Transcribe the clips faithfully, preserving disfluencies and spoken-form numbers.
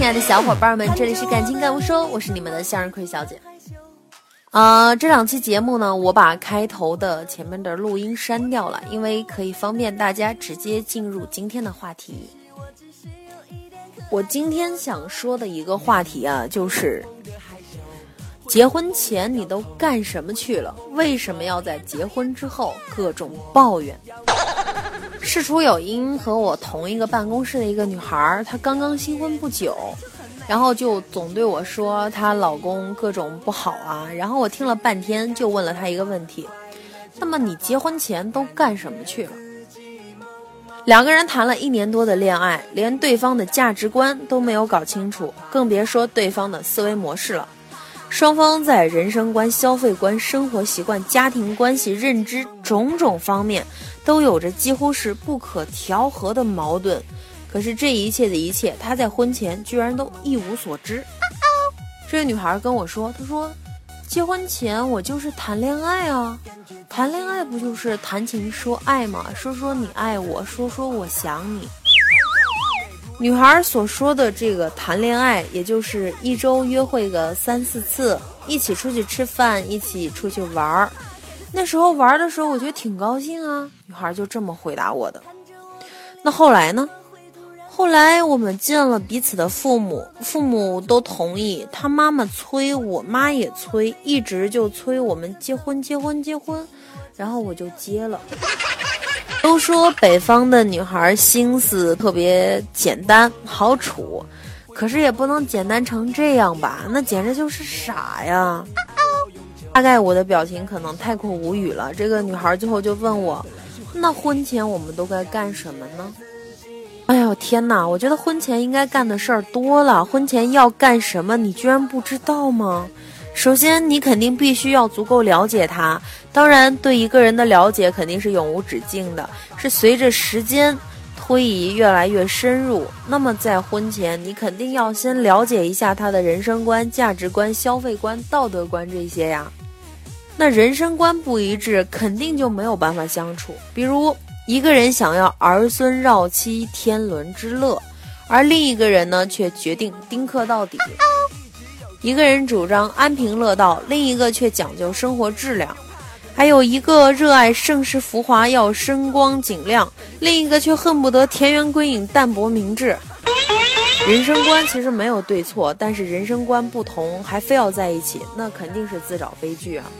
爱的小伙伴们，这里是感情感悟说，我是你们的向日葵小姐。呃，这两期节目呢，我把开头的前面的录音删掉了，因为可以方便大家直接进入今天的话题。我今天想说的一个话题啊，就是结婚前你都干什么去了？为什么要在结婚之后各种抱怨？事出有因，和我同一个办公室的一个女孩，她刚刚新婚不久，然后就总对我说她老公各种不好啊。然后我听了半天，就问了她一个问题：那么你结婚前都干什么去了？两个人谈了一年多的恋爱，连对方的价值观都没有搞清楚，更别说对方的思维模式了。双方在人生观、消费观、生活习惯、家庭关系、认知种种方面都有着几乎是不可调和的矛盾。可是这一切的一切，他在婚前居然都一无所知。这个女孩跟我说，她说结婚前我就是谈恋爱啊，谈恋爱不就是谈情说爱吗？说说你爱我，说说我想你。女孩所说的这个谈恋爱，也就是一周约会个三四次，一起出去吃饭，一起出去玩。那时候玩的时候我觉得挺高兴啊，女孩就这么回答我的。那后来呢？后来我们见了彼此的父母，父母都同意，他妈妈催，我妈也催，一直就催我们结婚结婚结婚，然后我就结了。都说北方的女孩心思特别简单好处，可是也不能简单成这样吧，那简直就是傻呀。大概我的表情可能太过无语了，这个女孩最后就问我，那婚前我们都该干什么呢？哎呦天哪，我觉得婚前应该干的事儿多了，婚前要干什么你居然不知道吗？首先你肯定必须要足够了解他，当然对一个人的了解肯定是永无止境的，是随着时间推移越来越深入。那么在婚前你肯定要先了解一下他的人生观、价值观、消费观、道德观这些呀。那人生观不一致，肯定就没有办法相处。比如一个人想要儿孙绕膝、天伦之乐，而另一个人呢却决定丁克到底。一个人主张安贫乐道，另一个却讲究生活质量。还有一个热爱盛世浮华，要声光景亮，另一个却恨不得田园归隐，淡泊明志。人生观其实没有对错，但是人生观不同还非要在一起，那肯定是自找悲剧啊。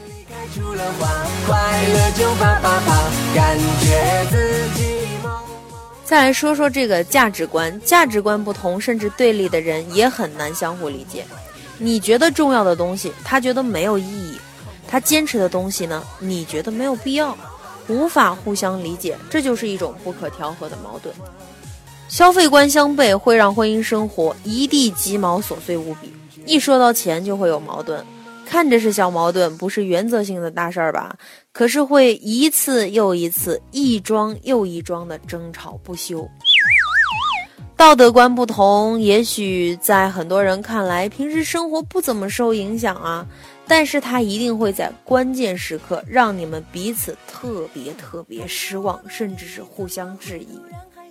再来说说这个价值观，价值观不同甚至对立的人也很难相互理解。你觉得重要的东西，他觉得没有意义；他坚持的东西呢，你觉得没有必要，无法互相理解，这就是一种不可调和的矛盾。消费观相悖会让婚姻生活一地鸡毛，琐碎无比。一说到钱就会有矛盾，看着是小矛盾，不是原则性的大事儿吧？可是会一次又一次，一桩又一桩的争吵不休。道德观不同，也许在很多人看来平时生活不怎么受影响啊，但是它一定会在关键时刻让你们彼此特别特别失望，甚至是互相质疑。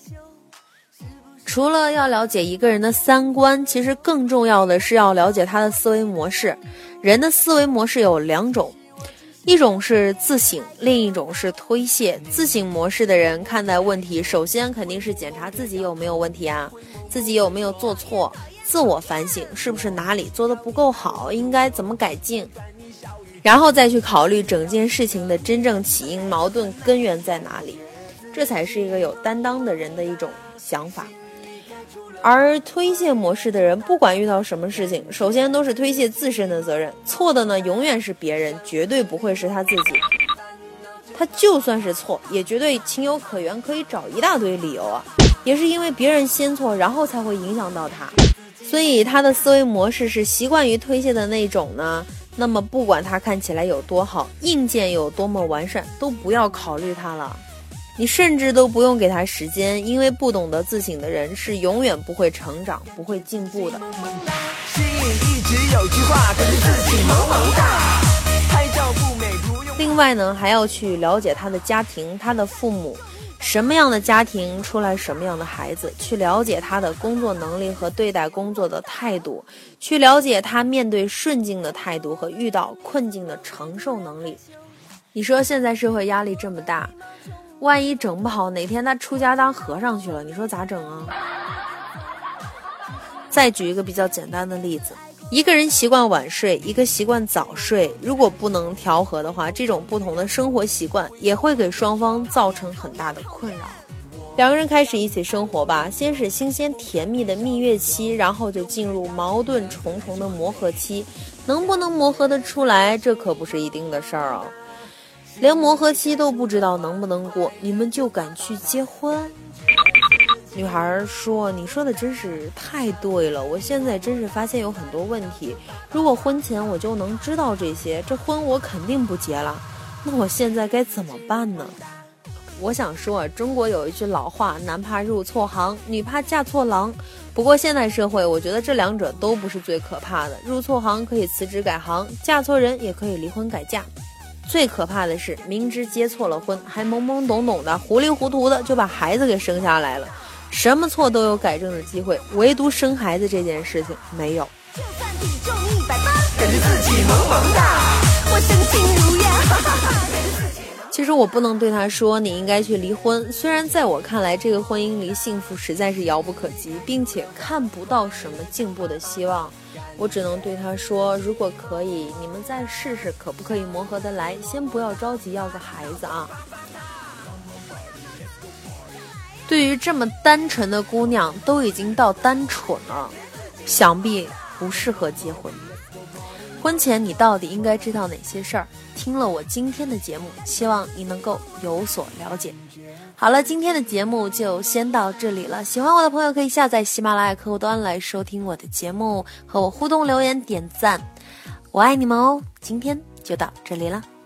除了要了解一个人的三观，其实更重要的是要了解他的思维模式。人的思维模式有两种，一种是自省，另一种是推卸。自省模式的人看待问题，首先肯定是检查自己有没有问题啊，自己有没有做错，自我反省是不是哪里做得不够好，应该怎么改进，然后再去考虑整件事情的真正起因、矛盾根源在哪里，这才是一个有担当的人的一种想法。而推卸模式的人，不管遇到什么事情，首先都是推卸自身的责任，错的呢永远是别人，绝对不会是他自己。他就算是错，也绝对情有可原，可以找一大堆理由啊，也是因为别人先错，然后才会影响到他。所以他的思维模式是习惯于推卸的那种呢，那么不管他看起来有多好，硬件有多么完善，都不要考虑他了。你甚至都不用给他时间，因为不懂得自省的人是永远不会成长、不会进步的。另外呢，还要去了解他的家庭，他的父母什么样的家庭出来什么样的孩子，去了解他的工作能力和对待工作的态度，去了解他面对顺境的态度和遇到困境的承受能力。你说现在社会压力这么大，万一整不好哪天他出家当和尚去了，你说咋整啊？再举一个比较简单的例子，一个人习惯晚睡，一个习惯早睡，如果不能调和的话，这种不同的生活习惯也会给双方造成很大的困扰。两个人开始一起生活吧，先是新鲜甜蜜的蜜月期，然后就进入矛盾重重的磨合期，能不能磨合得出来，这可不是一定的事儿啊。连磨合期都不知道能不能过，你们就敢去结婚？女孩说，你说的真是太对了，我现在真是发现有很多问题，如果婚前我就能知道这些，这婚我肯定不结了，那我现在该怎么办呢？我想说，中国有一句老话，男怕入错行，女怕嫁错郎。不过现代社会，我觉得这两者都不是最可怕的，入错行可以辞职改行，嫁错人也可以离婚改嫁。最可怕的是，明知结错了婚，还懵懵懂懂的、糊里糊涂的就把孩子给生下来了。什么错都有改正的机会，唯独生孩子这件事情没有。就算体重一百八，感觉自己萌萌哒，我身轻如燕，哈哈哈。其实我不能对他说你应该去离婚，虽然在我看来这个婚姻离幸福实在是遥不可及，并且看不到什么进步的希望，我只能对他说，如果可以，你们再试试可不可以磨合得来，先不要着急要个孩子啊。对于这么单纯的姑娘，都已经到单纯了，想必不适合结婚。婚前你到底应该知道哪些事儿？听了我今天的节目，希望你能够有所了解。好了，今天的节目就先到这里了。喜欢我的朋友可以下载喜马拉雅客户端来收听我的节目，和我互动留言点赞。我爱你们哦，今天就到这里了。